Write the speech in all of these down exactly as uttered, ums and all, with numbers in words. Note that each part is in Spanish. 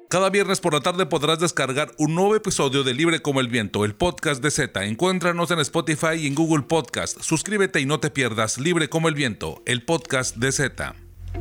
Cada viernes por la tarde podrás descargar un nuevo episodio de Libre como el Viento, el podcast de Z. Encuéntranos en Spotify y en Google Podcast. Suscríbete y no te pierdas Libre como el Viento, el podcast de Z.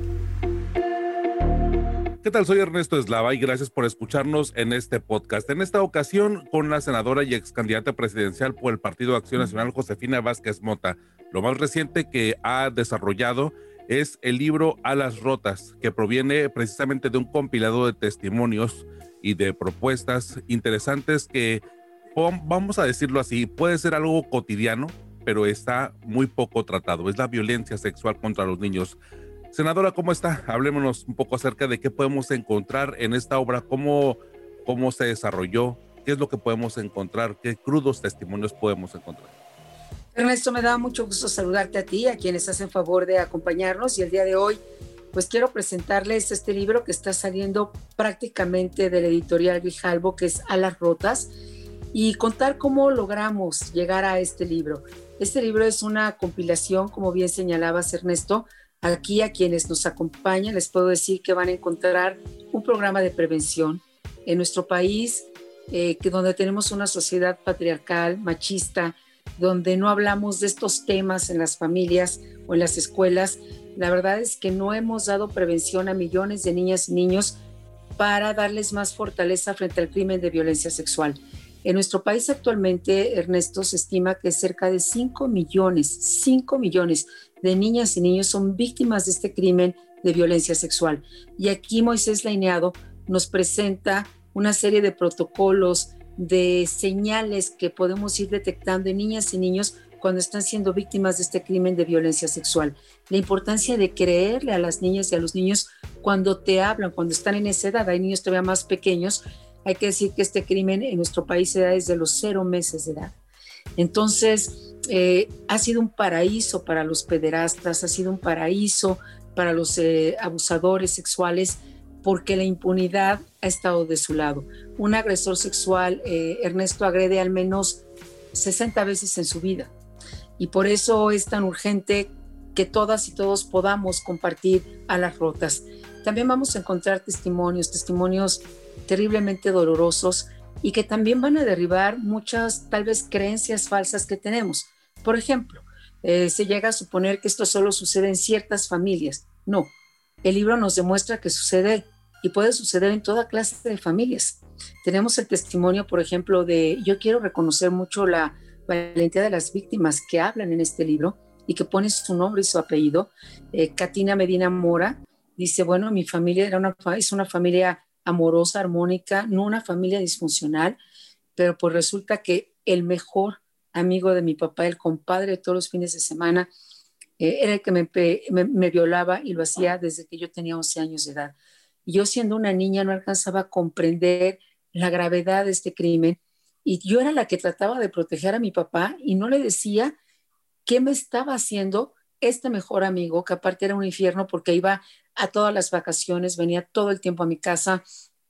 ¿Qué tal? Soy Ernesto Eslava y gracias por escucharnos en este podcast. En esta ocasión con la senadora y ex candidata presidencial por el Partido Acción Nacional, Josefina Vázquez Mota. Lo más reciente que ha desarrollado es el libro Alas Rotas, que proviene precisamente de un compilado de testimonios y de propuestas interesantes que, vamos a decirlo así, puede ser algo cotidiano, pero está muy poco tratado. Es la violencia sexual contra los niños. Senadora, ¿cómo está? Hablémonos un poco acerca de qué podemos encontrar en esta obra, cómo, cómo se desarrolló, qué es lo que podemos encontrar, qué crudos testimonios podemos encontrar. Ernesto, me da mucho gusto saludarte a ti, a quienes hacen favor de acompañarnos, y el día de hoy pues quiero presentarles este libro que está saliendo prácticamente de la editorial Grijalbo, que es Alas Rotas, y contar cómo logramos llegar a este libro. Este libro es una compilación, como bien señalabas, Ernesto. Aquí a quienes nos acompañan les puedo decir que van a encontrar un programa de prevención en nuestro país, eh, que donde tenemos una sociedad patriarcal, machista, donde no hablamos de estos temas en las familias o en las escuelas. La verdad es que no hemos dado prevención a millones de niñas y niños para darles más fortaleza frente al crimen de violencia sexual. En nuestro país actualmente, Ernesto, se estima que cerca de cinco millones, cinco millones de niñas y niños son víctimas de este crimen de violencia sexual. Y aquí Moisés Laineado nos presenta una serie de protocolos, de señales que podemos ir detectando en niñas y niños cuando están siendo víctimas de este crimen de violencia sexual. La importancia de creerle a las niñas y a los niños cuando te hablan, cuando están en esa edad. Hay niños todavía más pequeños. Hay que decir que este crimen en nuestro país se da desde los cero meses de edad. Entonces, eh, ha sido un paraíso para los pederastas, ha sido un paraíso para los eh, abusadores sexuales, porque la impunidad ha estado de su lado. Un agresor sexual, eh, Ernesto, agrede al menos sesenta veces en su vida. Y por eso es tan urgente que todas y todos podamos compartir Alas Rotas. También vamos a encontrar testimonios, testimonios terriblemente dolorosos y que también van a derribar muchas, tal vez, creencias falsas que tenemos. Por ejemplo, eh, se llega a suponer que esto solo sucede en ciertas familias. No. El libro nos demuestra que sucede y puede suceder en toda clase de familias. Tenemos el testimonio, por ejemplo, de, yo quiero reconocer mucho la valentía de las víctimas que hablan en este libro y que ponen su nombre y su apellido. Eh, Katina Medina Mora dice, bueno, mi familia era una, es una familia amorosa, armónica, no una familia disfuncional, pero pues resulta que el mejor amigo de mi papá, el compadre de todos los fines de semana, Eh, era el que me, me, me violaba y lo hacía desde que yo tenía once años de edad. Y yo, siendo una niña, no alcanzaba a comprender la gravedad de este crimen, y yo era la que trataba de proteger a mi papá y no le decía qué me estaba haciendo este mejor amigo, que aparte era un infierno porque iba a todas las vacaciones, venía todo el tiempo a mi casa.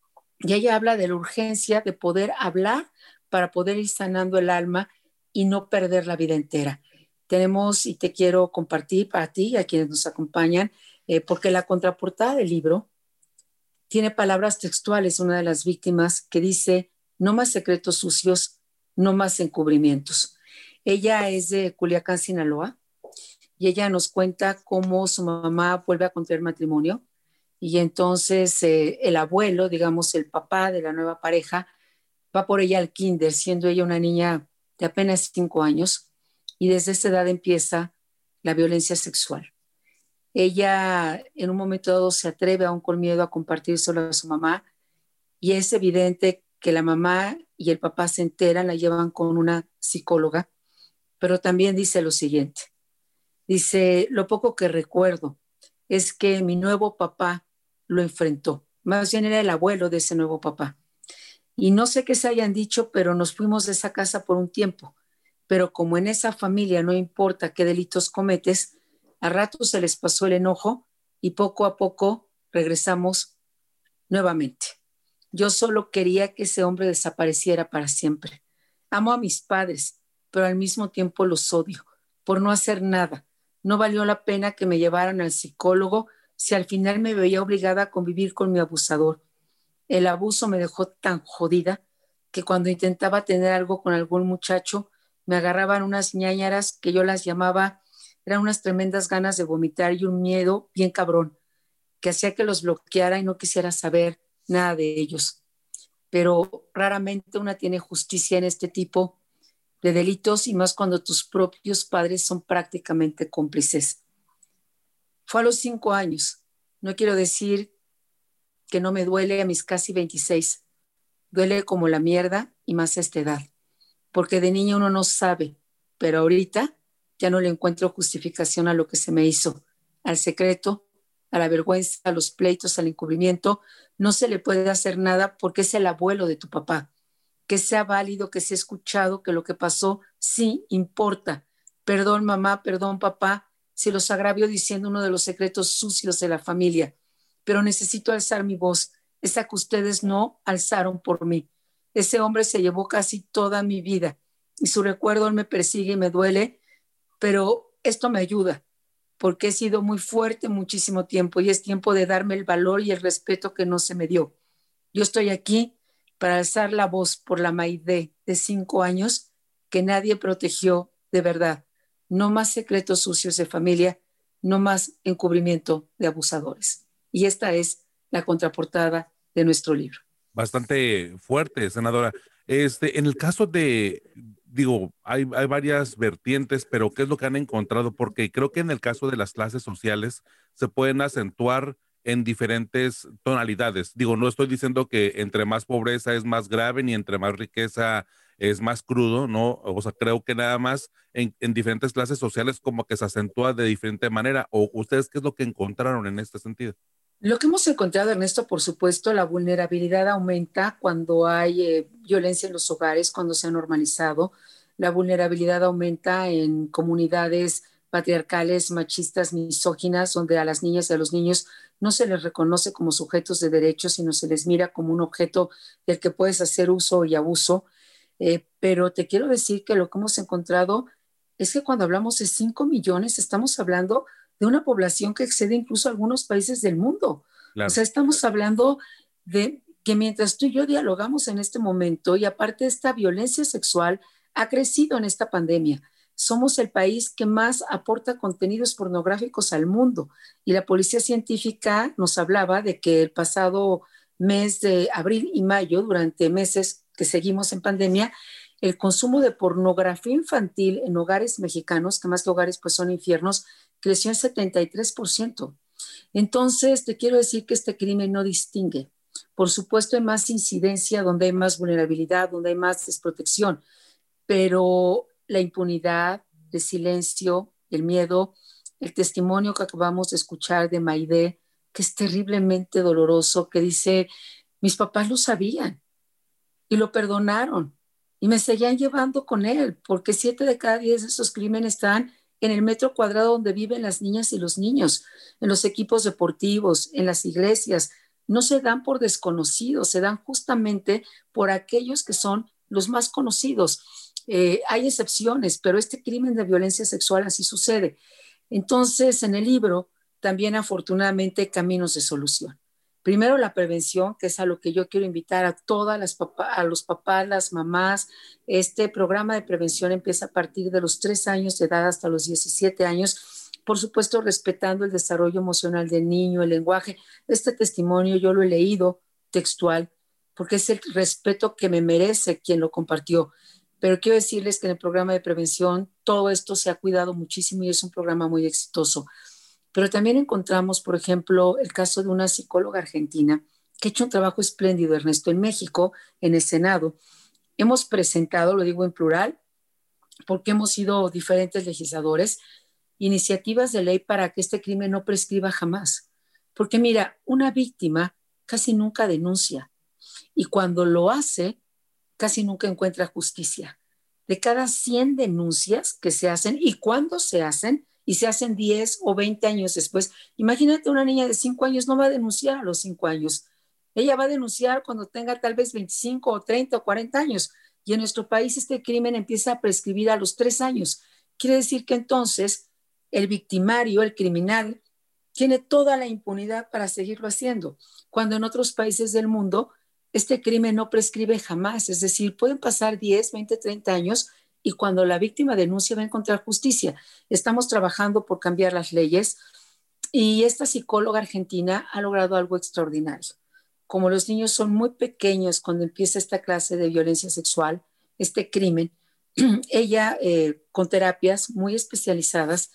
Y ella habla de la urgencia de poder hablar para poder ir sanando el alma y no perder la vida entera. Tenemos, y te quiero compartir para ti y a quienes nos acompañan, eh, porque la contraportada del libro tiene palabras textuales, una de las víctimas, que dice, no más secretos sucios, no más encubrimientos. Ella es de Culiacán, Sinaloa, y ella nos cuenta cómo su mamá vuelve a contraer matrimonio, y entonces eh, el abuelo, digamos el papá de la nueva pareja, va por ella al kinder, siendo ella una niña de apenas cinco años, y desde esa edad empieza la violencia sexual. Ella en un momento dado se atreve, aún con miedo, a compartírselo a su mamá, y es evidente que la mamá y el papá se enteran, la llevan con una psicóloga, pero también dice lo siguiente. Dice, lo poco que recuerdo es que mi nuevo papá lo enfrentó. Más bien era el abuelo de ese nuevo papá. Y no sé qué se hayan dicho, pero nos fuimos de esa casa por un tiempo. Pero como en esa familia no importa qué delitos cometes, a ratos se les pasó el enojo y poco a poco regresamos nuevamente. Yo solo quería que ese hombre desapareciera para siempre. Amo a mis padres, pero al mismo tiempo los odio por no hacer nada. No valió la pena que me llevaran al psicólogo si al final me veía obligada a convivir con mi abusador. El abuso me dejó tan jodida que cuando intentaba tener algo con algún muchacho, me agarraban unas ñáñaras que yo las llamaba, eran unas tremendas ganas de vomitar y un miedo bien cabrón, que hacía que los bloqueara y no quisiera saber nada de ellos. Pero raramente una tiene justicia en este tipo de delitos y más cuando tus propios padres son prácticamente cómplices. Fue a los cinco años. No quiero decir que no me duele a mis casi veintiséis. Duele como la mierda y más a esta edad. Porque de niño uno no sabe, pero ahorita ya no le encuentro justificación a lo que se me hizo. Al secreto, a la vergüenza, a los pleitos, al encubrimiento, no se le puede hacer nada porque es el abuelo de tu papá. Que sea válido, que sea escuchado, que lo que pasó sí importa. Perdón mamá, perdón papá, si los agravio diciendo uno de los secretos sucios de la familia, pero necesito alzar mi voz, esa que ustedes no alzaron por mí. Ese hombre se llevó casi toda mi vida y su recuerdo me persigue y me duele, pero esto me ayuda porque he sido muy fuerte muchísimo tiempo y es tiempo de darme el valor y el respeto que no se me dio. Yo estoy aquí para alzar la voz por la Maide de cinco años que nadie protegió de verdad. No más secretos sucios de familia, no más encubrimiento de abusadores. Y esta es la contraportada de nuestro libro. Bastante fuerte, senadora. Este, en el caso de, digo, hay, hay varias vertientes, pero ¿qué es lo que han encontrado? Porque creo que en el caso de las clases sociales se pueden acentuar en diferentes tonalidades. Digo, no estoy diciendo que entre más pobreza es más grave, ni entre más riqueza es más crudo, ¿no? O sea, creo que nada más en, en diferentes clases sociales como que se acentúa de diferente manera. ¿O ustedes qué es lo que encontraron en este sentido? Lo que hemos encontrado, Ernesto, por supuesto, la vulnerabilidad aumenta cuando hay eh, violencia en los hogares, cuando se ha normalizado. La vulnerabilidad aumenta en comunidades patriarcales, machistas, misóginas, donde a las niñas y a los niños no se les reconoce como sujetos de derechos, sino se les mira como un objeto del que puedes hacer uso y abuso. Eh, pero te quiero decir que lo que hemos encontrado es que cuando hablamos de cinco millones, estamos hablando de una población que excede incluso algunos países del mundo. O Claro. sea, estamos hablando de que mientras tú y yo dialogamos en este momento, y aparte esta violencia sexual ha crecido en esta pandemia, somos el país que más aporta contenidos pornográficos al mundo. Y la Policía Científica nos hablaba de que el pasado mes de abril y mayo, durante meses que seguimos en pandemia, el consumo de pornografía infantil en hogares mexicanos, que más que hogares pues son infiernos, creció en setenta y tres por ciento. Entonces, te quiero decir que este crimen no distingue. Por supuesto, hay más incidencia donde hay más vulnerabilidad, donde hay más desprotección, pero la impunidad, el silencio, el miedo, el testimonio que acabamos de escuchar de Maide, que es terriblemente doloroso, que dice, mis papás lo sabían y lo perdonaron y me seguían llevando con él, porque siete de cada diez de esos crímenes están en el metro cuadrado donde viven las niñas y los niños, en los equipos deportivos, en las iglesias. No se dan por desconocidos, se dan justamente por aquellos que son los más conocidos. Eh, hay excepciones, pero este crimen de violencia sexual así sucede. Entonces, en el libro también afortunadamente hay caminos de solución. Primero, la prevención, que es a lo que yo quiero invitar a todas las papás, a los papás, las mamás. Este programa de prevención empieza a partir de los tres años de edad hasta los diecisiete años, por supuesto respetando el desarrollo emocional del niño, el lenguaje. Este testimonio yo lo he leído textual porque es el respeto que me merece quien lo compartió. Pero quiero decirles que en el programa de prevención todo esto se ha cuidado muchísimo y es un programa muy exitoso. Pero también encontramos, por ejemplo, el caso de una psicóloga argentina que ha hecho un trabajo espléndido, Ernesto, en México, en el Senado. Hemos presentado, lo digo en plural, porque hemos sido diferentes legisladores, iniciativas de ley para que este crimen no prescriba jamás. Porque mira, una víctima casi nunca denuncia y cuando lo hace, casi nunca encuentra justicia. De cada cien denuncias que se hacen y cuando se hacen, y se hacen diez o veinte años después. Imagínate una niña de cinco años no va a denunciar a los cinco años. Ella va a denunciar cuando tenga tal vez veinticinco o treinta o cuarenta años. Y en nuestro país este crimen empieza a prescribir a los tres años. Quiere decir que entonces el victimario, el criminal, tiene toda la impunidad para seguirlo haciendo, cuando en otros países del mundo este crimen no prescribe jamás, es decir, pueden pasar diez, veinte, treinta años y cuando la víctima denuncia va a encontrar justicia. Estamos trabajando por cambiar las leyes y esta psicóloga argentina ha logrado algo extraordinario. Como los niños son muy pequeños cuando empieza esta clase de violencia sexual, este crimen, ella eh, con terapias muy especializadas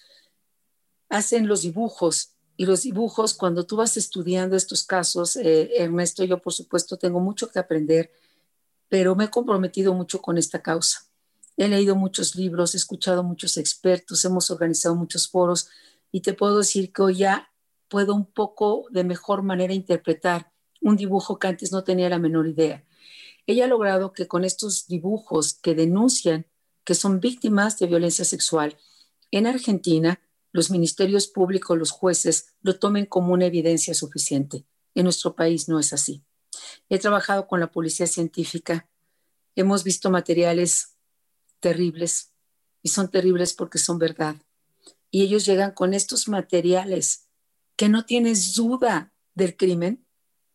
hacen los dibujos y los dibujos cuando tú vas estudiando estos casos, eh, Ernesto, yo por supuesto tengo mucho que aprender, pero me he comprometido mucho con esta causa. He leído muchos libros, he escuchado muchos expertos, hemos organizado muchos foros y te puedo decir que hoy ya puedo un poco de mejor manera interpretar un dibujo que antes no tenía la menor idea. Ella ha logrado que con estos dibujos que denuncian que son víctimas de violencia sexual en Argentina, los ministerios públicos, los jueces, lo tomen como una evidencia suficiente. En nuestro país no es así. He trabajado con la policía científica, hemos visto materiales terribles y son terribles porque son verdad. Y ellos llegan con estos materiales que no tienes duda del crimen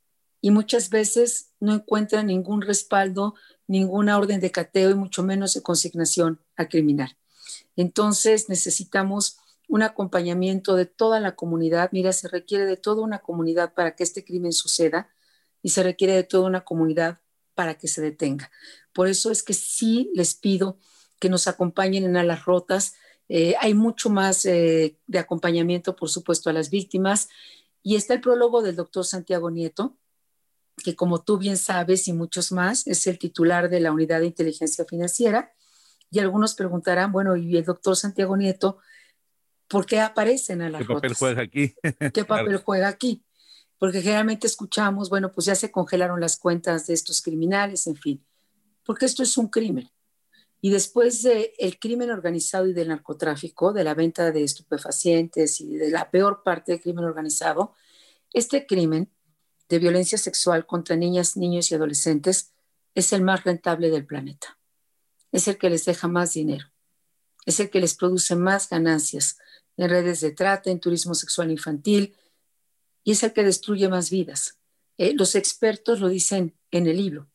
y muchas veces no encuentran ningún respaldo, ninguna orden de cateo y mucho menos de consignación al criminal. Entonces necesitamos un acompañamiento de toda la comunidad. Mira, se requiere de toda una comunidad para que este crimen suceda y se requiere de toda una comunidad para que se detenga. Por eso es que sí les pido que nos acompañen en Alas Rotas. Eh, hay mucho más eh, de acompañamiento, por supuesto, a las víctimas. Y está el prólogo del doctor Santiago Nieto, que como tú bien sabes y muchos más, es el titular de la Unidad de Inteligencia Financiera. Y algunos preguntarán, bueno, ¿y el doctor Santiago Nieto por qué aparece en Alas ¿Qué papel Rotas? juega aquí? ¿Qué papel Claro. juega aquí? Porque generalmente escuchamos, bueno, pues ya se congelaron las cuentas de estos criminales, en fin, porque esto es un crimen. Y después del crimen organizado y del narcotráfico, de la venta de estupefacientes y de la peor parte del crimen organizado, este crimen de violencia sexual contra niñas, niños y adolescentes es el más rentable del planeta. Es el que les deja más dinero. Es el que les produce más ganancias en redes de trata, en turismo sexual infantil, y es el que destruye más vidas. Eh, los expertos lo dicen en el libro.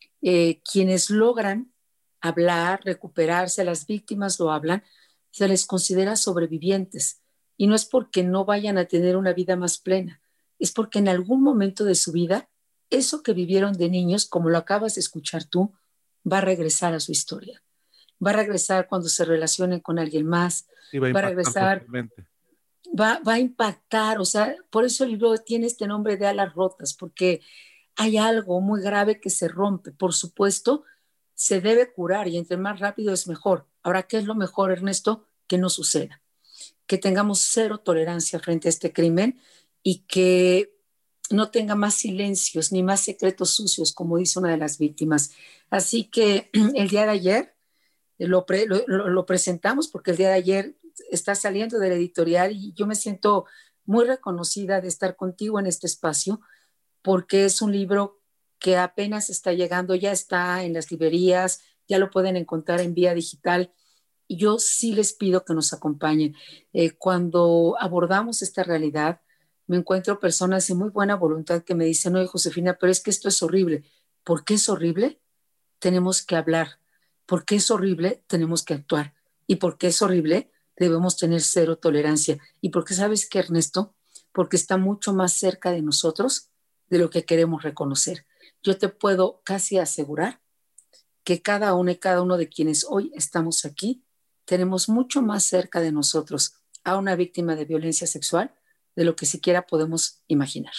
Eh, quienes logran hablar, recuperarse, las víctimas lo hablan, se les considera sobrevivientes. Y no es porque no vayan a tener una vida más plena, es porque en algún momento de su vida, eso que vivieron de niños, como lo acabas de escuchar tú, va a regresar a su historia. Va a regresar cuando se relacionen con alguien más, Sí, va a va a impactar regresar, socialmente. va, va a impactar, o sea, por eso el libro tiene este nombre de Alas Rotas, porque hay algo muy grave que se rompe. Por supuesto, se debe curar y entre más rápido es mejor. Ahora, ¿qué es lo mejor, Ernesto? Que no suceda, que tengamos cero tolerancia frente a este crimen y que no tenga más silencios ni más secretos sucios, como dice una de las víctimas. Así que el día de ayer lo, pre, lo, lo presentamos porque el día de ayer está saliendo de la editorial y yo me siento muy reconocida de estar contigo en este espacio porque es un libro que apenas está llegando, ya está en las librerías, ya lo pueden encontrar en vía digital. Y yo sí les pido que nos acompañen. Eh, cuando abordamos esta realidad, me encuentro personas de muy buena voluntad que me dicen, oye, Josefina, pero es que esto es horrible. ¿Por qué es horrible? Tenemos que hablar. ¿Por qué es horrible? Tenemos que actuar. ¿Y por qué es horrible? Debemos tener cero tolerancia. ¿Y por qué sabes qué, Ernesto? Porque está mucho más cerca de nosotros de lo que queremos reconocer. Yo te puedo casi asegurar que cada uno y cada uno de quienes hoy estamos aquí tenemos mucho más cerca de nosotros a una víctima de violencia sexual de lo que siquiera podemos imaginar.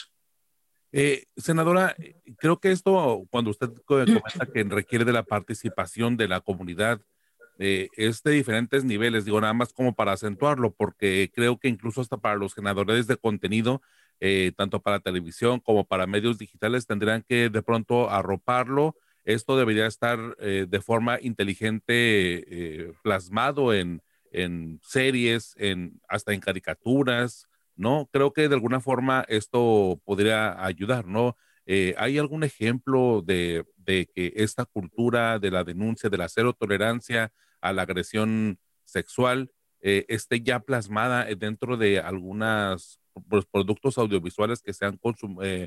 Eh, senadora, creo que esto, cuando usted comenta que requiere de la participación de la comunidad, eh, es de diferentes niveles, digo, nada más como para acentuarlo, porque creo que incluso hasta para los generadores de contenido, eh, tanto para televisión como para medios digitales, tendrían que de pronto arroparlo. Esto debería estar eh, de forma inteligente eh, plasmado en, en series, en, hasta en caricaturas, ¿no? Creo que de alguna forma esto podría ayudar, ¿no? Eh, ¿hay algún ejemplo de, de que esta cultura de la denuncia, de la cero tolerancia a la agresión sexual eh, esté ya plasmada dentro de algunos pues, productos audiovisuales que sean consum eh,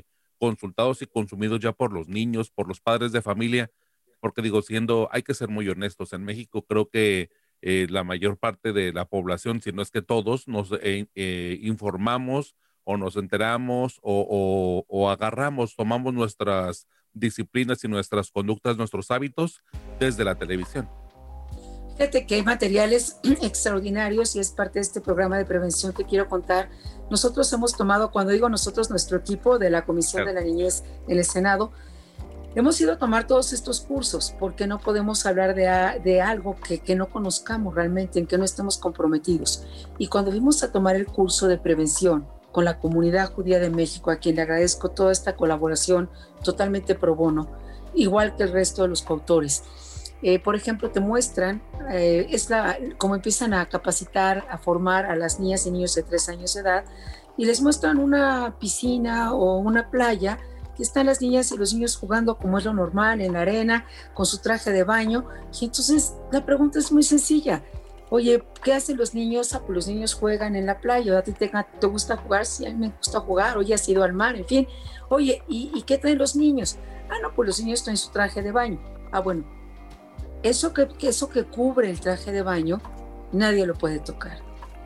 consultados y consumidos ya por los niños, por los padres de familia, porque digo, siendo, hay que ser muy honestos, en México creo que eh, la mayor parte de la población, si no es que todos, nos eh, eh, informamos o nos enteramos o, o, o agarramos, tomamos nuestras disciplinas y nuestras conductas, nuestros hábitos desde la televisión. Fíjate que hay materiales extraordinarios y es parte de este programa de prevención que quiero contar. Nosotros hemos tomado, cuando digo nosotros, nuestro equipo de la Comisión de la Niñez en el Senado, hemos ido a tomar todos estos cursos porque no podemos hablar de, de algo que, que no conozcamos realmente, en que no estemos comprometidos. Y cuando fuimos a tomar el curso de prevención con la comunidad judía de México, a quien le agradezco toda esta colaboración totalmente pro bono, igual que el resto de los coautores, Eh, por ejemplo, te muestran eh, es la, cómo empiezan a capacitar, a formar a las niñas y niños de tres años de edad y les muestran una piscina o una playa que están las niñas y los niños jugando como es lo normal en la arena con su traje de baño. Y entonces la pregunta es muy sencilla. Oye, ¿qué hacen los niños? Ah, pues los niños juegan en la playa. ¿A ti te, te gusta jugar? Sí, a mí me gusta jugar. Oye, has ido al mar, en fin. Oye, ¿y, ¿y qué traen los niños? Ah, no, pues los niños traen su traje de baño. Ah, bueno. Eso que, eso que cubre el traje de baño, nadie lo puede tocar.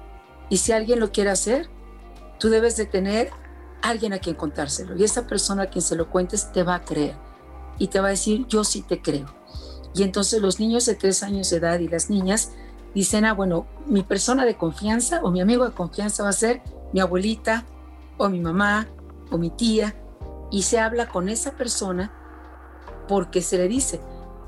Y si alguien lo quiere hacer, tú debes de tener a alguien a quien contárselo. Y esa persona a quien se lo cuentes te va a creer. Y te va a decir, yo sí te creo. Y entonces los niños de tres años de edad y las niñas dicen, ah, bueno, mi persona de confianza o mi amigo de confianza va a ser mi abuelita o mi mamá o mi tía. Y se habla con esa persona porque se le dice,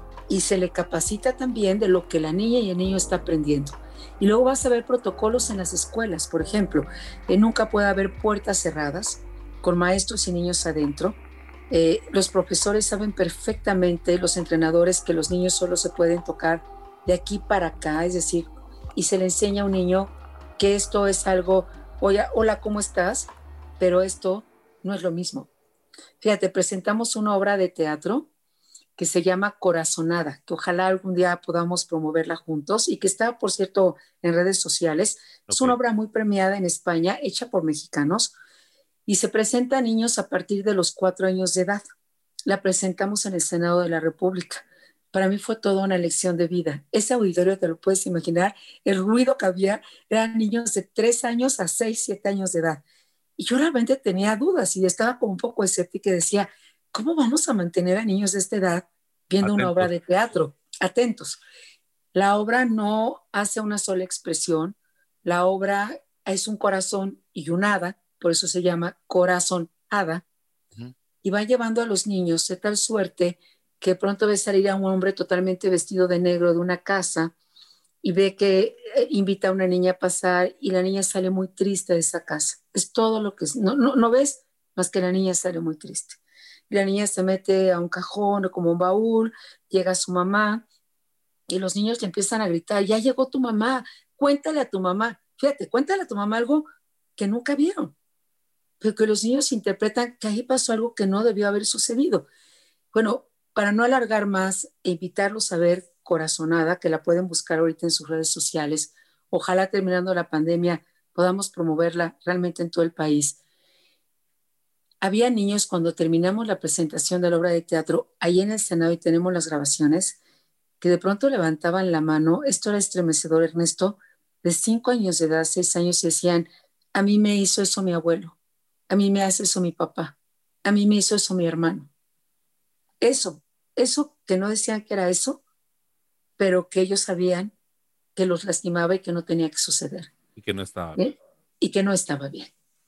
y se le capacita también de lo que la niña y el niño está aprendiendo. Y luego vas a ver protocolos en las escuelas, por ejemplo, eh, nunca puede haber puertas cerradas con maestros y niños adentro. Eh, los profesores saben perfectamente, los entrenadores, que los niños solo se pueden tocar de aquí para acá, es decir, y se le enseña a un niño que esto es algo, oye, hola, ¿cómo estás? Pero esto no es lo mismo. Fíjate, presentamos una obra de teatro que se llama Corazonada, que ojalá algún día podamos promoverla juntos y que está, por cierto, en redes sociales. Okay. Es una obra muy premiada en España, hecha por mexicanos, y se presenta a niños a partir de los cuatro años de edad. La presentamos en el Senado de la República. Para mí fue toda una lección de vida. Ese auditorio, te lo puedes imaginar, el ruido que había, eran niños de tres años a seis, siete años de edad. Y yo realmente tenía dudas y estaba como un poco escéptica y decía, ¿cómo vamos a mantener a niños de esta edad viendo Atentos. Una obra de teatro? Atentos. La obra no hace una sola expresión. La obra es un corazón y un hada, por eso se llama Corazón Hada, uh-huh. y va llevando a los niños de tal suerte que pronto ve salir a un hombre totalmente vestido de negro de una casa y ve que invita a una niña a pasar y la niña sale muy triste de esa casa. Es todo lo que es. No, no, no ves más que la niña sale muy triste. La niña se mete a un cajón o como un baúl, llega su mamá y los niños le empiezan a gritar, ya llegó tu mamá, cuéntale a tu mamá. Fíjate, cuéntale a tu mamá algo que nunca vieron, pero que los niños interpretan que ahí pasó algo que no debió haber sucedido. Bueno, para no alargar más e invitarlos a ver Corazonada, que la pueden buscar ahorita en sus redes sociales, ojalá terminando la pandemia podamos promoverla realmente en todo el país. Había niños cuando terminamos la presentación de la obra de teatro, ahí en el Senado y tenemos las grabaciones, que de pronto levantaban la mano, esto era estremecedor, Ernesto, de cinco años de edad, seis años, y decían, a mí me hizo eso mi abuelo, a mí me hace eso mi papá, a mí me hizo eso mi hermano. Eso, eso que no decían que era eso, pero que ellos sabían que los lastimaba y que no tenía que suceder. Y que no estaba bien. ¿Eh? Y que no estaba bien.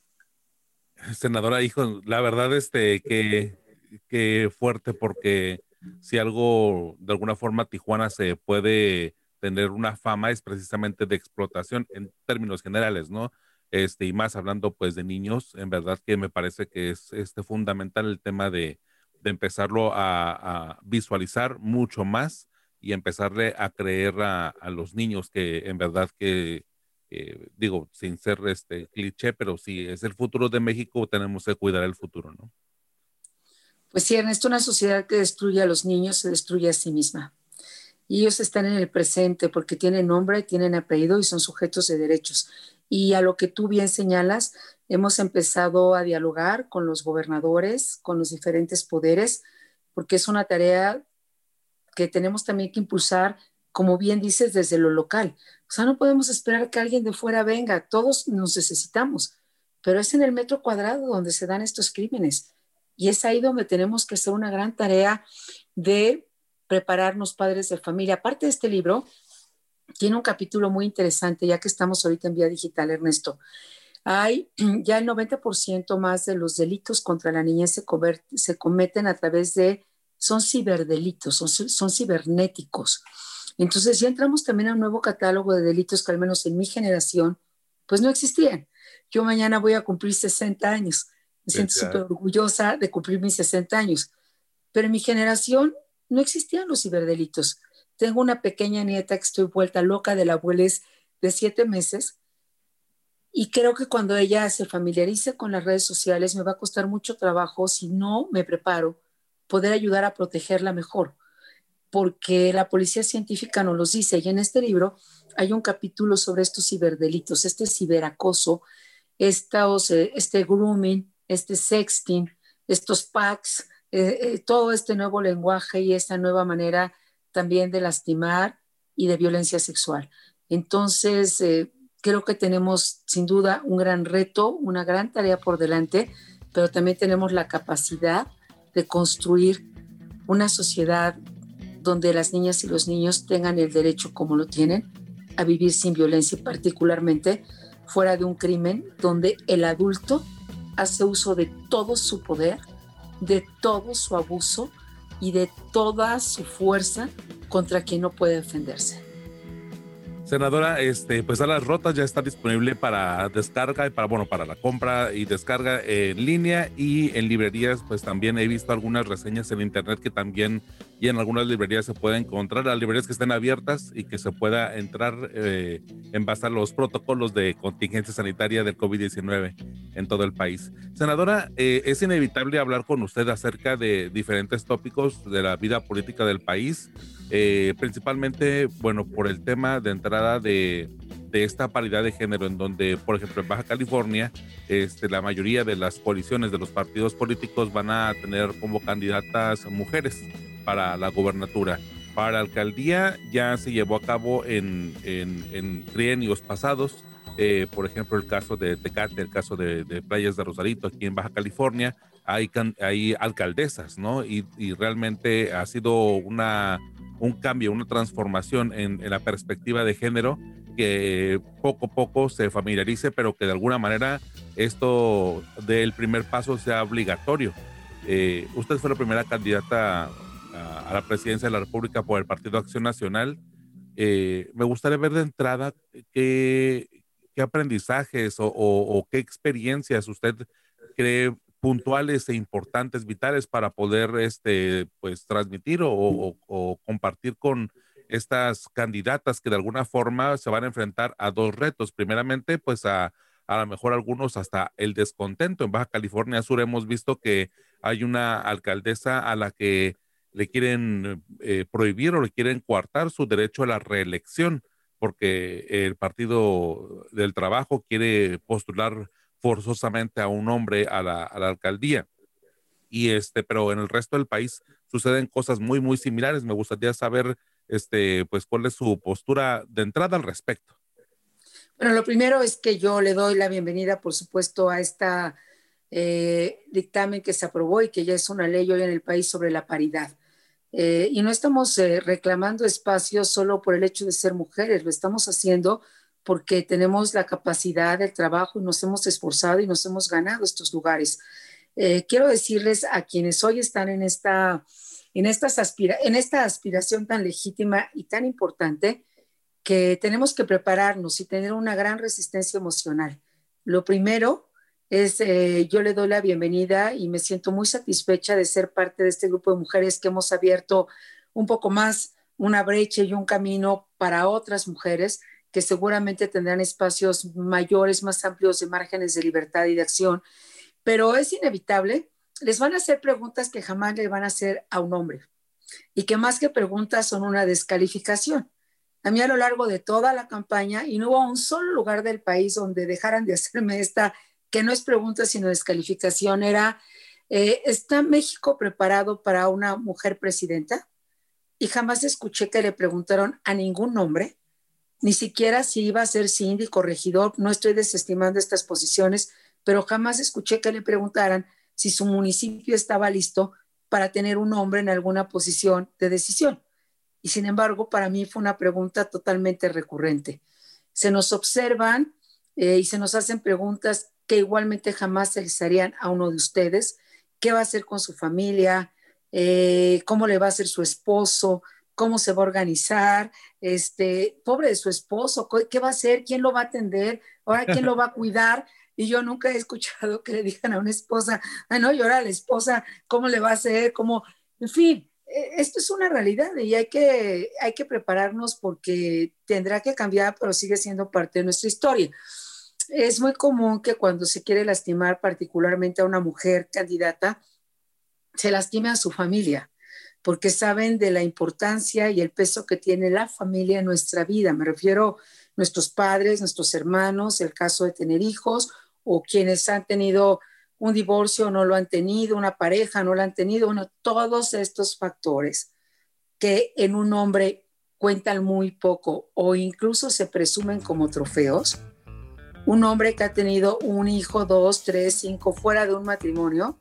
Senadora, hijo, la verdad, este, que, que fuerte, porque si algo, de alguna forma, Tijuana se puede tener una fama es precisamente de explotación en términos generales, ¿no? Este, y más hablando, pues, de niños, en verdad que me parece que es este, fundamental el tema de, de empezarlo a, a visualizar mucho más y empezarle a creer a, a los niños que en verdad que Eh, digo, sin ser este cliché, pero si es el futuro de México, tenemos que cuidar el futuro, ¿no? Pues sí, Ernesto, una sociedad que destruye a los niños se destruye a sí misma. Y ellos están en el presente porque tienen nombre, tienen apellido y son sujetos de derechos. Y a lo que tú bien señalas, hemos empezado a dialogar con los gobernadores, con los diferentes poderes, porque es una tarea que tenemos también que impulsar, como bien dices, desde lo local. O sea, no podemos esperar que alguien de fuera venga, todos nos necesitamos, pero es en el metro cuadrado donde se dan estos crímenes. Y es ahí donde tenemos que hacer una gran tarea de prepararnos padres de familia. Aparte de este libro, tiene un capítulo muy interesante, ya que estamos ahorita en vía digital, Ernesto. Hay ya el noventa por ciento más de los delitos contra la niñez se, comer, se cometen a través de, son ciberdelitos, son, son cibernéticos. Entonces ya entramos también a un nuevo catálogo de delitos que al menos en mi generación, pues no existían. Yo mañana voy a cumplir sesenta años. Me siento súper orgullosa de cumplir mis sesenta años. Pero en mi generación no existían los ciberdelitos. Tengo una pequeña nieta que estoy vuelta loca de la abuela de siete meses y creo que cuando ella se familiarice con las redes sociales me va a costar mucho trabajo, si no me preparo, poder ayudar a protegerla mejor, porque la policía científica nos los dice. Y en este libro hay un capítulo sobre estos ciberdelitos, este ciberacoso, estos, este grooming, este sexting, estos packs, eh, eh, todo este nuevo lenguaje y esta nueva manera también de lastimar y de violencia sexual. Entonces, eh, creo que tenemos sin duda un gran reto, una gran tarea por delante, pero también tenemos la capacidad de construir una sociedad donde las niñas y los niños tengan el derecho, como lo tienen, a vivir sin violencia, y particularmente fuera de un crimen donde el adulto hace uso de todo su poder, de todo su abuso y de toda su fuerza contra quien no puede defenderse. Senadora, este, pues Alas Rotas ya está disponible para descarga y para, bueno, para la compra y descarga en línea y en librerías. Pues también he visto algunas reseñas en internet que también y en algunas librerías se puede encontrar, las librerías que estén abiertas y que se pueda entrar eh, en base a los protocolos de contingencia sanitaria del COVID diecinueve en todo el país. Senadora, eh, es inevitable hablar con usted acerca de diferentes tópicos de la vida política del país. Eh, principalmente, bueno, por el tema de entrada de, de esta paridad de género, en donde, por ejemplo, en Baja California, este, la mayoría de las coaliciones de los partidos políticos van a tener como candidatas mujeres para la gobernatura. Para la alcaldía ya se llevó a cabo en, en, en trienios pasados, eh, por ejemplo, el caso de Tecate, el caso de, de Playas de Rosarito, aquí en Baja California, hay, hay alcaldesas, ¿no? Y, y realmente ha sido una... un cambio, una transformación en, en la perspectiva de género que poco a poco se familiarice, pero que de alguna manera esto del primer paso sea obligatorio. Eh, usted fue la primera candidata a, a la presidencia de la República por el Partido Acción Nacional. Eh, me gustaría ver de entrada qué, qué aprendizajes o, o, o qué experiencias usted cree puntuales e importantes, vitales para poder este, pues, transmitir o, o, o compartir con estas candidatas que de alguna forma se van a enfrentar a dos retos. Primeramente, pues a, a lo mejor algunos hasta el descontento. En Baja California Sur hemos visto que hay una alcaldesa a la que le quieren eh, prohibir o le quieren coartar su derecho a la reelección porque el Partido del Trabajo quiere postular forzosamente a un hombre a la, a la alcaldía. Y este, pero en el resto del país suceden cosas muy, muy similares. Me gustaría saber, este, pues, cuál es su postura de entrada al respecto. Bueno, lo primero es que yo le doy la bienvenida, por supuesto, a esta eh, dictamen que se aprobó y que ya es una ley hoy en el país sobre la paridad. Eh, y no estamos eh, reclamando espacios solo por el hecho de ser mujeres, lo estamos haciendo porque tenemos la capacidad del trabajo y nos hemos esforzado y nos hemos ganado estos lugares. Eh, quiero decirles a quienes hoy están en esta, en, estas aspira en esta aspiración tan legítima y tan importante que tenemos que prepararnos y tener una gran resistencia emocional. Lo primero es, eh, yo le doy la bienvenida y me siento muy satisfecha de ser parte de este grupo de mujeres que hemos abierto un poco más una brecha y un camino para otras mujeres que seguramente tendrán espacios mayores, más amplios de márgenes de libertad y de acción, pero es inevitable, les van a hacer preguntas que jamás le van a hacer a un hombre y que más que preguntas son una descalificación. A mí a lo largo de toda la campaña, y no hubo un solo lugar del país donde dejaran de hacerme esta, que no es pregunta sino descalificación, era, eh, ¿está México preparado para una mujer presidenta? Y jamás escuché que le preguntaron a ningún hombre, ni siquiera si iba a ser síndico, regidor. No estoy desestimando estas posiciones, pero jamás escuché que le preguntaran si su municipio estaba listo para tener un hombre en alguna posición de decisión. Y sin embargo, para mí fue una pregunta totalmente recurrente. Se nos observan eh, y se nos hacen preguntas que igualmente jamás se les harían a uno de ustedes. ¿Qué va a hacer con su familia? Eh, ¿Cómo le va a hacer su esposo? ¿Cómo se va a organizar? Este, pobre de su esposo, ¿qué va a hacer? ¿Quién lo va a atender? ¿Ahora quién lo va a cuidar? Y yo nunca he escuchado que le digan a una esposa, ah, no, y ahora a la esposa, ¿cómo le va a hacer? ¿Cómo? En fin, esto es una realidad y hay que, hay que prepararnos porque tendrá que cambiar, pero sigue siendo parte de nuestra historia. Es muy común que cuando se quiere lastimar particularmente a una mujer candidata, se lastime a su familia, porque saben de la importancia y el peso que tiene la familia en nuestra vida. Me refiero a nuestros padres, nuestros hermanos, el caso de tener hijos o quienes han tenido un divorcio no lo han tenido, una pareja no lo han tenido, bueno, todos estos factores que en un hombre cuentan muy poco o incluso se presumen como trofeos. Un hombre que ha tenido un hijo, dos, tres, cinco, fuera de un matrimonio,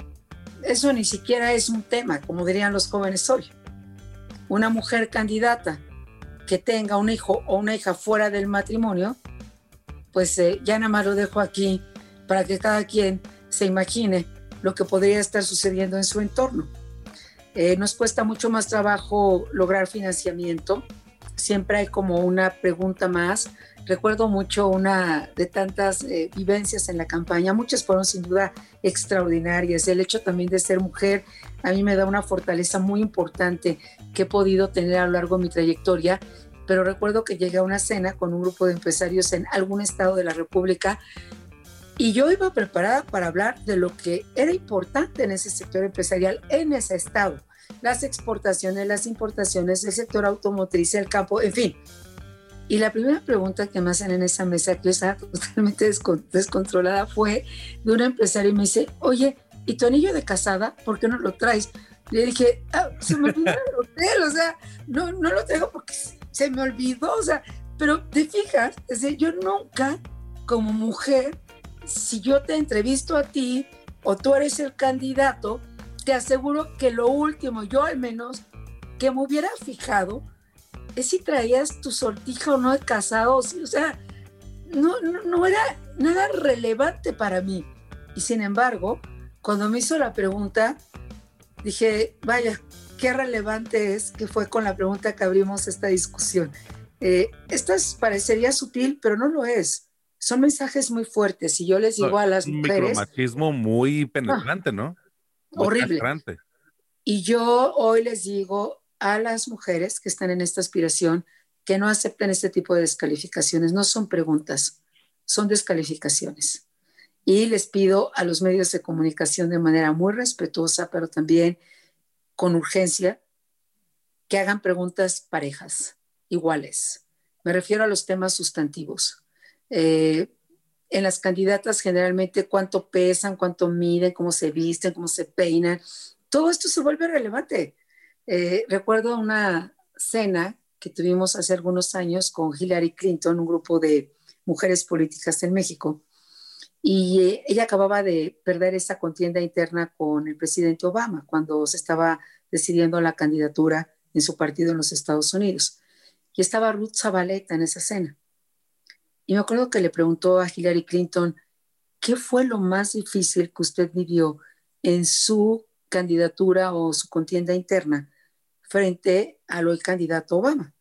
eso ni siquiera es un tema, como dirían los jóvenes hoy. Una mujer candidata que tenga un hijo o una hija fuera del matrimonio, pues eh, ya nada más lo dejo aquí para que cada quien se imagine lo que podría estar sucediendo en su entorno. Eh, nos cuesta mucho más trabajo lograr financiamiento. Siempre hay como una pregunta más. Recuerdo mucho una de tantas eh, vivencias en la campaña. Muchas fueron sin duda extraordinarias. El hecho también de ser mujer a mí me da una fortaleza muy importante que he podido tener a lo largo de mi trayectoria. Pero recuerdo que llegué a una cena con un grupo de empresarios en algún estado de la República y yo iba preparada para hablar de lo que era importante en ese sector empresarial, en ese estado. Las exportaciones, las importaciones, el sector automotriz, el campo, en fin. Y la primera pregunta que me hacen en esa mesa, que yo estaba totalmente descontrolada, fue de un empresario y me dice, oye, ¿y tu anillo de casada? ¿Por qué no lo traes? Le dije, ah, se me olvidó el hotel, o sea, no, no lo traigo porque se me olvidó, o sea, pero te fijas, es decir, yo nunca como mujer, si yo te entrevisto a ti o tú eres el candidato, te aseguro que lo último, yo al menos, que me hubiera fijado es si traías tu sortija o no de casado, o sea, no, no, no era nada relevante para mí. Y sin embargo, cuando me hizo la pregunta, dije, vaya, qué relevante es que fue con la pregunta que abrimos esta discusión. Eh, esta parecería sutil, pero no lo es. Son mensajes muy fuertes y yo les digo No, a las un mujeres... micromachismo muy Ah, penetrante, ¿no? Muy horrible. castrante. Y yo hoy les digo a las mujeres que están en esta aspiración que no acepten este tipo de descalificaciones. No son preguntas, son descalificaciones. Y les pido a los medios de comunicación de manera muy respetuosa, pero también con urgencia, que hagan preguntas parejas, iguales. Me refiero a los temas sustantivos. Eh, en las candidatas generalmente cuánto pesan, cuánto miden, cómo se visten, cómo se peinan. Todo esto se vuelve relevante. Eh, recuerdo una cena que tuvimos hace algunos años con Hillary Clinton, un grupo de mujeres políticas en México, y eh, ella acababa de perder esa contienda interna con el presidente Obama cuando se estaba decidiendo la candidatura en su partido en los Estados Unidos. Y estaba Ruth Zabaleta en esa cena. Y me acuerdo que le preguntó a Hillary Clinton, ¿qué fue lo más difícil que usted vivió en su candidatura o su contienda interna frente al hoy candidato Obama?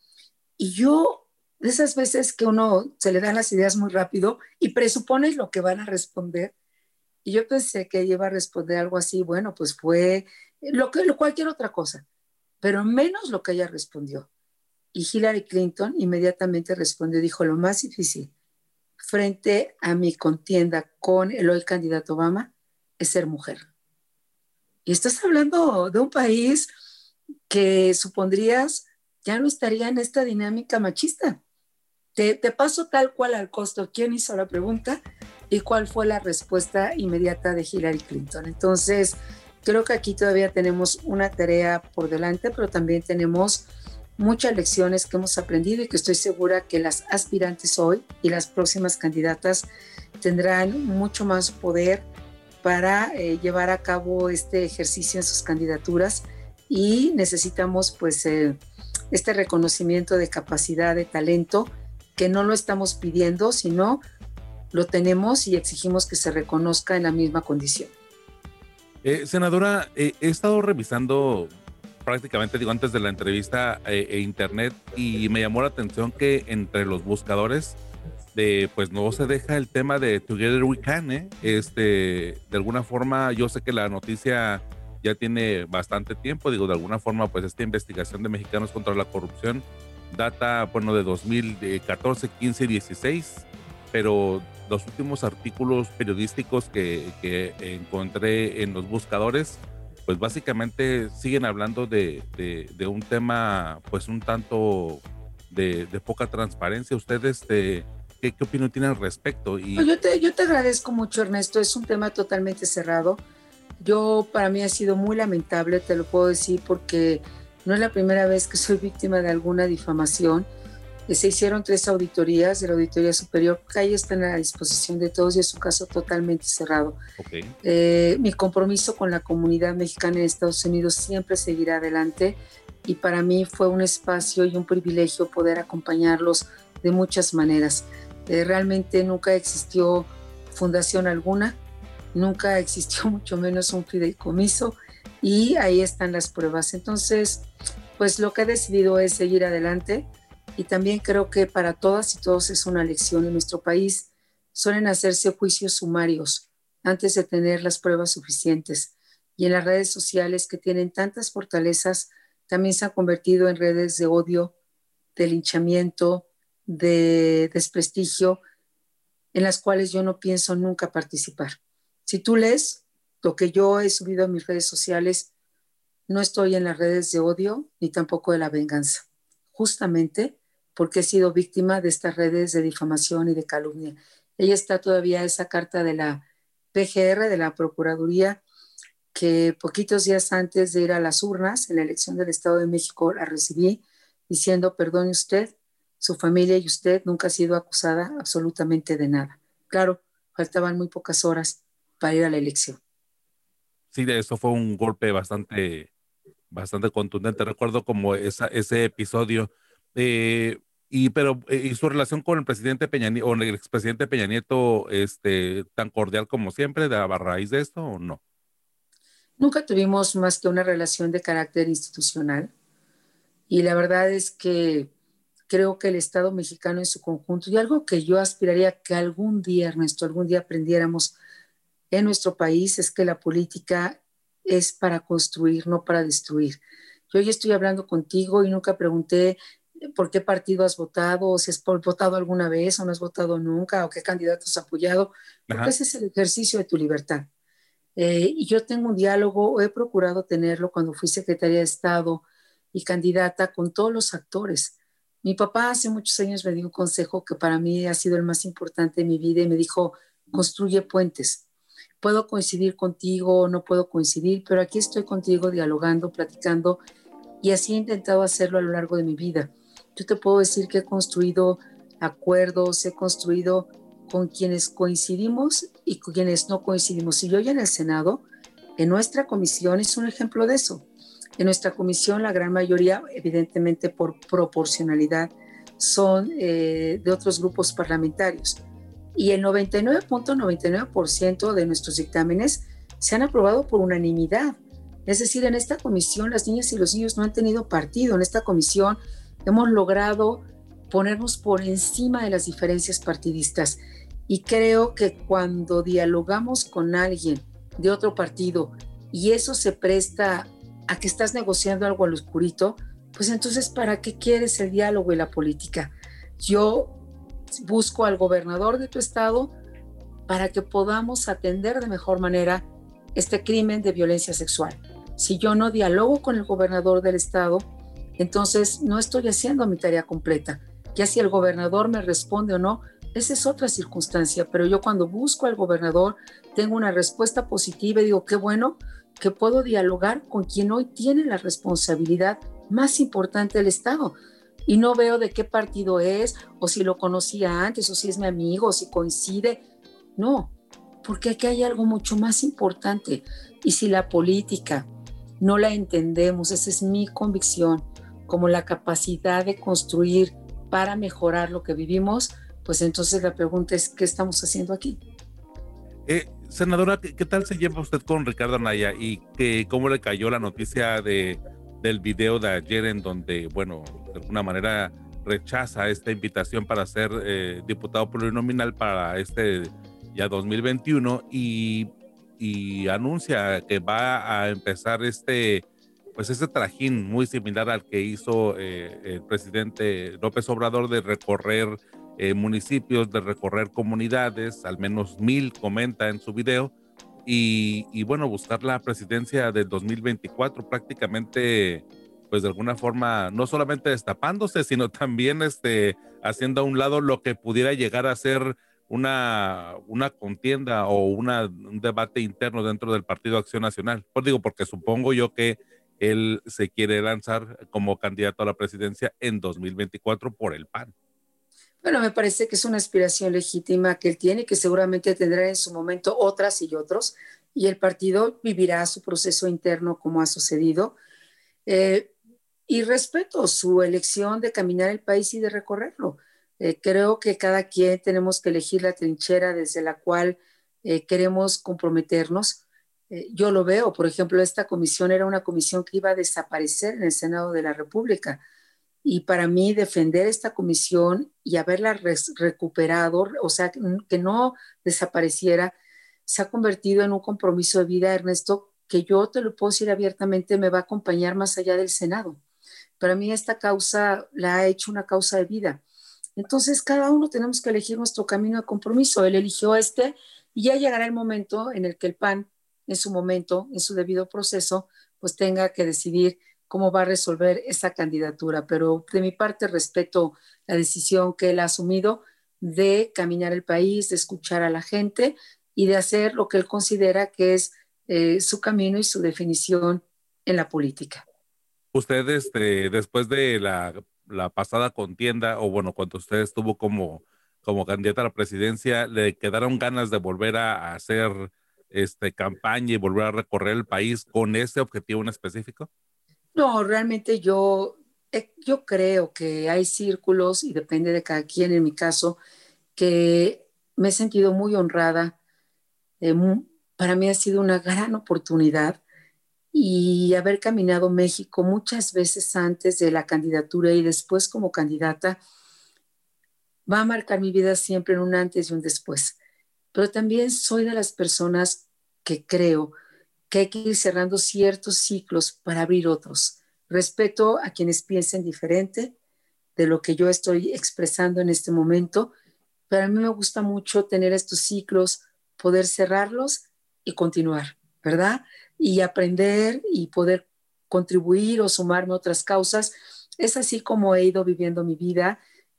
Y yo, de esas veces que uno se le dan las ideas muy rápido y presupones lo que van a responder, y yo pensé que ella iba a responder algo así, bueno, pues fue lo que, cualquier otra cosa, pero menos lo que ella respondió. Y Hillary Clinton inmediatamente respondió, dijo, lo más difícil frente a mi contienda con el hoy candidato Obama es ser mujer. Y estás hablando de un país que supondrías ya no estaría en esta dinámica machista. Te, te paso tal cual al costo quién hizo la pregunta y cuál fue la respuesta inmediata de Hillary Clinton. Entonces, creo que aquí todavía tenemos una tarea por delante, pero también tenemos muchas lecciones que hemos aprendido y que estoy segura que las aspirantes hoy y las próximas candidatas tendrán mucho más poder para eh, llevar a cabo este ejercicio en sus candidaturas, y necesitamos pues eh, este reconocimiento de capacidad, de talento, que no lo estamos pidiendo, sino lo tenemos y exigimos que se reconozca en la misma condición. Eh, senadora, eh, he estado revisando prácticamente, digo, antes de la entrevista eh, e internet, y me llamó la atención que entre los buscadores de, pues no se deja el tema de Together We Can, ¿eh? Este, de alguna forma, yo sé que la noticia ya tiene bastante tiempo, digo, de alguna forma, pues esta investigación de Mexicanos contra la Corrupción data, bueno, de dos mil catorce, quince y dieciséis, pero los últimos artículos periodísticos que, que encontré en los buscadores, pues básicamente siguen hablando de, de, de un tema, pues un tanto de, de poca transparencia. ¿Ustedes de, qué, qué opinión tienen al respecto? Y... Pues yo, te, yo te agradezco mucho, Ernesto, es un tema totalmente cerrado. Yo, para mí ha sido muy lamentable, te lo puedo decir, porque no es la primera vez que soy víctima de alguna difamación. Se hicieron tres auditorías de la Auditoría Superior, que ahí están a disposición de todos y es un caso totalmente cerrado. Okay. Eh, mi compromiso con la comunidad mexicana en Estados Unidos siempre seguirá adelante, y para mí fue un espacio y un privilegio poder acompañarlos de muchas maneras. Eh, realmente nunca existió fundación alguna, nunca existió mucho menos un fideicomiso, y ahí están las pruebas. Entonces, pues lo que he decidido es seguir adelante, y también creo que para todas y todos es una lección. En nuestro país suelen hacerse juicios sumarios antes de tener las pruebas suficientes, y en las redes sociales, que tienen tantas fortalezas, también se han convertido en redes de odio, de linchamiento, de desprestigio, en las cuales yo no pienso nunca participar. Si tú lees lo que yo he subido a mis redes sociales, no estoy en las redes de odio ni tampoco de la venganza, justamente porque he sido víctima de estas redes de difamación y de calumnia. Ahí está todavía esa carta de la P G R, de la Procuraduría, que poquitos días antes de ir a las urnas en la elección del Estado de México la recibí, diciendo: perdone usted, su familia y usted nunca ha sido acusada absolutamente de nada. Claro, faltaban muy pocas horas para ir a la elección. Sí, eso fue un golpe bastante, bastante contundente. Recuerdo como esa, ese episodio. Eh, y pero eh, y su relación con el presidente Peña Nieto, o el expresidente Peña Nieto, este, tan cordial como siempre, de a raíz de esto, ¿o no? Nunca tuvimos más que una relación de carácter institucional, y la verdad es que creo que el Estado mexicano en su conjunto, y algo que yo aspiraría que algún día, Ernesto, algún día aprendiéramos en nuestro país, es que la política es para construir, no para destruir. Yo hoy estoy hablando contigo y nunca pregunté por qué partido has votado, o si has votado alguna vez o no has votado nunca, o qué candidato has apoyado, porque Ajá. ese es el ejercicio de tu libertad. Eh, y yo tengo un diálogo, o he procurado tenerlo cuando fui secretaria de Estado y candidata, con todos los actores. Mi papá hace muchos años me dio un consejo que para mí ha sido el más importante en mi vida, y me dijo: construye puentes. Puedo coincidir contigo, no puedo coincidir, pero aquí estoy contigo dialogando, platicando, y así he intentado hacerlo a lo largo de mi vida. Yo te puedo decir que he construido acuerdos, he construido con quienes coincidimos y con quienes no coincidimos. Y yo ya en el Senado, en nuestra comisión, es un ejemplo de eso. En nuestra comisión, la gran mayoría, evidentemente por proporcionalidad, son eh, de otros grupos parlamentarios. Y el noventa y nueve punto noventa y nueve por ciento de nuestros dictámenes se han aprobado por unanimidad. Es decir, en esta comisión las niñas y los niños no han tenido partido. En esta comisión hemos logrado ponernos por encima de las diferencias partidistas. Y creo que cuando dialogamos con alguien de otro partido y eso se presta a que estás negociando algo al oscurito, pues entonces ¿para qué quieres el diálogo y la política? Yo busco al gobernador de tu estado para que podamos atender de mejor manera este crimen de violencia sexual. Si yo no dialogo con el gobernador del estado, Entonces, no estoy haciendo mi tarea completa. Ya si el gobernador me responde o no, esa es otra circunstancia, pero yo cuando busco al gobernador tengo una respuesta positiva y digo, qué bueno que puedo dialogar con quien hoy tiene la responsabilidad más importante del Estado. Y no veo de qué partido es, o si lo conocía antes, o si es mi amigo, o si coincide. No, porque aquí hay algo mucho más importante. Y si la política no la entendemos, esa es mi convicción, como la capacidad de construir para mejorar lo que vivimos, pues entonces la pregunta es, ¿qué estamos haciendo aquí? Eh, senadora, ¿qué, ¿qué tal se lleva usted con Ricardo Anaya y que, cómo le cayó la noticia de, del video de ayer en donde, bueno, de alguna manera rechaza esta invitación para ser eh, diputado plurinominal para este ya dos mil veintiuno y, y anuncia que va a empezar este, pues este trajín muy similar al que hizo eh, el presidente López Obrador de recorrer eh, municipios, de recorrer comunidades, al menos mil, comenta en su video, y, y bueno, buscar la presidencia del dos mil veinticuatro prácticamente, pues de alguna forma, no solamente destapándose, sino también este, haciendo a un lado lo que pudiera llegar a ser una, una contienda o una, un debate interno dentro del Partido Acción Nacional. Pues digo, porque supongo yo que él se quiere lanzar como candidato a la presidencia en dos mil veinticuatro por el P A N. Bueno, me parece que es una aspiración legítima que él tiene y que seguramente tendrá en su momento otras y otros, y el partido vivirá su proceso interno como ha sucedido. Eh, y respeto su elección de caminar el país y de recorrerlo. Eh, creo que cada quien tenemos que elegir la trinchera desde la cual eh, queremos comprometernos. Eh, yo lo veo, por ejemplo, esta comisión era una comisión que iba a desaparecer en el Senado de la República. Y para mí defender esta comisión y haberla res- recuperado, o sea, que, que no desapareciera, se ha convertido en un compromiso de vida, Ernesto, que yo te lo puedo decir abiertamente, me va a acompañar más allá del Senado. Para mí esta causa la ha hecho una causa de vida. Entonces, cada uno tenemos que elegir nuestro camino de compromiso. Él eligió este y ya llegará el momento en el que el P A N, en su momento, en su debido proceso, pues tenga que decidir cómo va a resolver esa candidatura. Pero de mi parte respeto la decisión que él ha asumido de caminar el país, de escuchar a la gente y de hacer lo que él considera que es eh, su camino y su definición en la política. Usted, este, después de la, la pasada contienda, o bueno, cuando usted estuvo como, como candidata a la presidencia, ¿le quedaron ganas de volver a, a hacer este, campaña y volver a recorrer el país con ese objetivo en específico? No, realmente yo, eh, yo creo que hay círculos, y depende de cada quien, en mi caso, que me he sentido muy honrada. Eh, mu- para mí ha sido una gran oportunidad y haber caminado México muchas veces antes de la candidatura y después como candidata va a marcar mi vida siempre en un antes y un después. Pero también soy de las personas que creo que hay que ir cerrando ciertos ciclos para abrir otros. Respeto a quienes piensen diferente de lo que yo estoy expresando en este momento, pero a mí me gusta mucho tener estos ciclos, poder cerrarlos y continuar, ¿verdad? Y aprender y poder contribuir o sumarme a otras causas. Es así como he ido viviendo mi vida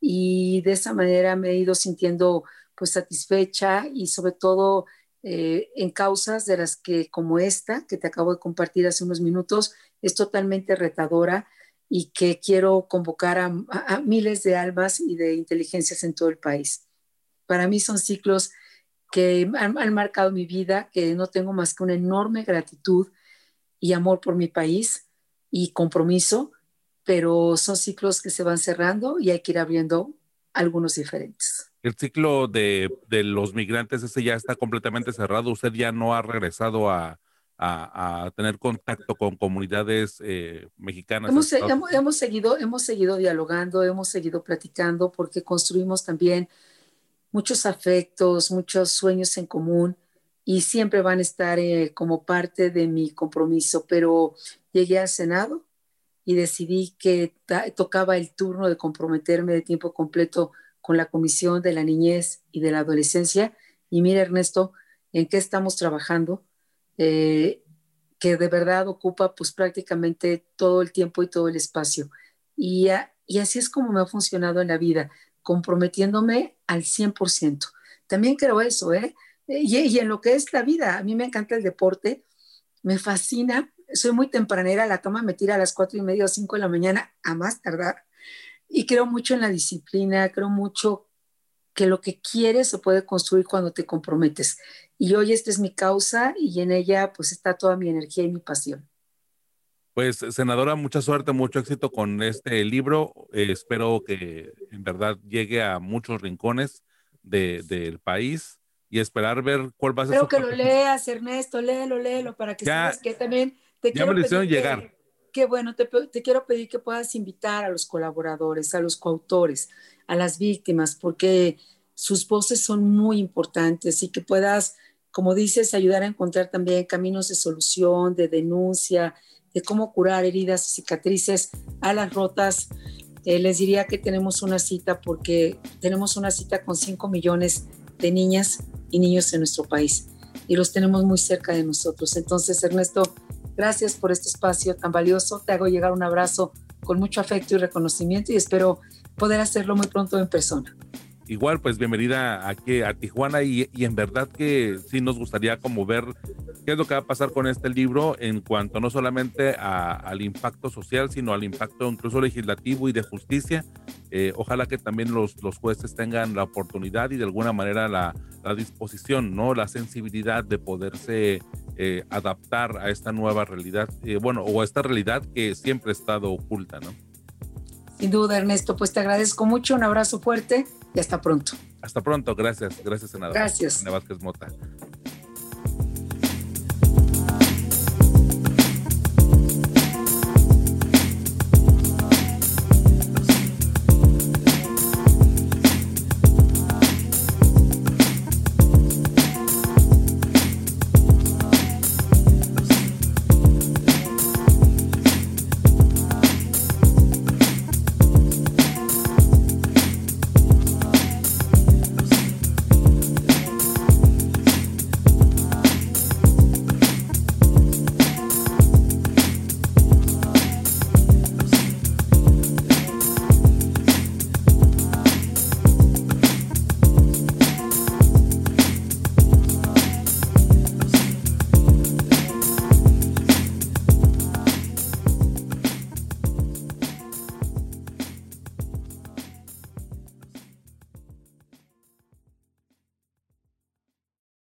y de esa manera me he ido sintiendo pues satisfecha y sobre todo eh, en causas de las que como esta que te acabo de compartir hace unos minutos es totalmente retadora y que quiero convocar a, a, a miles de almas y de inteligencias en todo el país. Para mí son ciclos que han, han marcado mi vida, que no tengo más que una enorme gratitud y amor por mi país y compromiso, pero son ciclos que se van cerrando y hay que ir abriendo algunos diferentes. El ciclo de, de los migrantes, ese ya está completamente cerrado. Usted ya no ha regresado a, a, a tener contacto con comunidades eh, mexicanas en Hemos, Estados hemos, Unidos. hemos, seguido, hemos seguido dialogando, hemos seguido platicando porque construimos también muchos afectos, muchos sueños en común y siempre van a estar eh, como parte de mi compromiso, pero llegué al Senado y decidí que tocaba el turno de comprometerme de tiempo completo con la Comisión de la Niñez y de la Adolescencia. Y mira, Ernesto, en qué estamos trabajando, eh, que de verdad ocupa pues prácticamente todo el tiempo y todo el espacio. Y, y así es como me ha funcionado en la vida, comprometiéndome al cien por ciento. También creo eso, ¿eh? Y, y en lo que es la vida, a mí me encanta el deporte, me fascina, soy muy tempranera, la cama me tira a las cuatro y media o cinco de la mañana, a más tardar, y creo mucho en la disciplina, creo mucho que lo que quieres se puede construir cuando te comprometes. Y hoy esta es mi causa y en ella pues está toda mi energía y mi pasión. Pues, senadora, mucha suerte, mucho éxito con este libro. Eh, espero que en verdad llegue a muchos rincones de, del país y esperar ver cuál va a ser Espero su que lo próximo. leas, Ernesto, léelo, léelo, para que Ya, sabes que también te ya me quiero lo hicieron pedir llegar. que, que bueno, te, te quiero pedir que puedas invitar a los colaboradores, a los coautores, a las víctimas, porque sus voces son muy importantes y que puedas, como dices, ayudar a encontrar también caminos de solución, de denuncia, de cómo curar heridas y cicatrices a las rotas. Eh, les diría que tenemos una cita porque tenemos una cita con cinco millones de niñas y niños en nuestro país y los tenemos muy cerca de nosotros. Entonces, Ernesto, gracias por este espacio tan valioso. Te hago llegar un abrazo con mucho afecto y reconocimiento y espero poder hacerlo muy pronto en persona. Igual, pues bienvenida aquí a Tijuana y, y en verdad que sí nos gustaría como ver qué es lo que va a pasar con este libro en cuanto no solamente a, al impacto social, sino al impacto incluso legislativo y de justicia. Eh, ojalá que también los, los jueces tengan la oportunidad y de alguna manera la, la disposición, ¿no? La sensibilidad de poderse eh, adaptar a esta nueva realidad, eh, bueno, o a esta realidad que siempre ha estado oculta, ¿no? Sin duda, Ernesto, pues te agradezco mucho, un abrazo fuerte y hasta pronto. Hasta pronto, gracias, gracias, senadora. Gracias. Ana Vázquez Mota.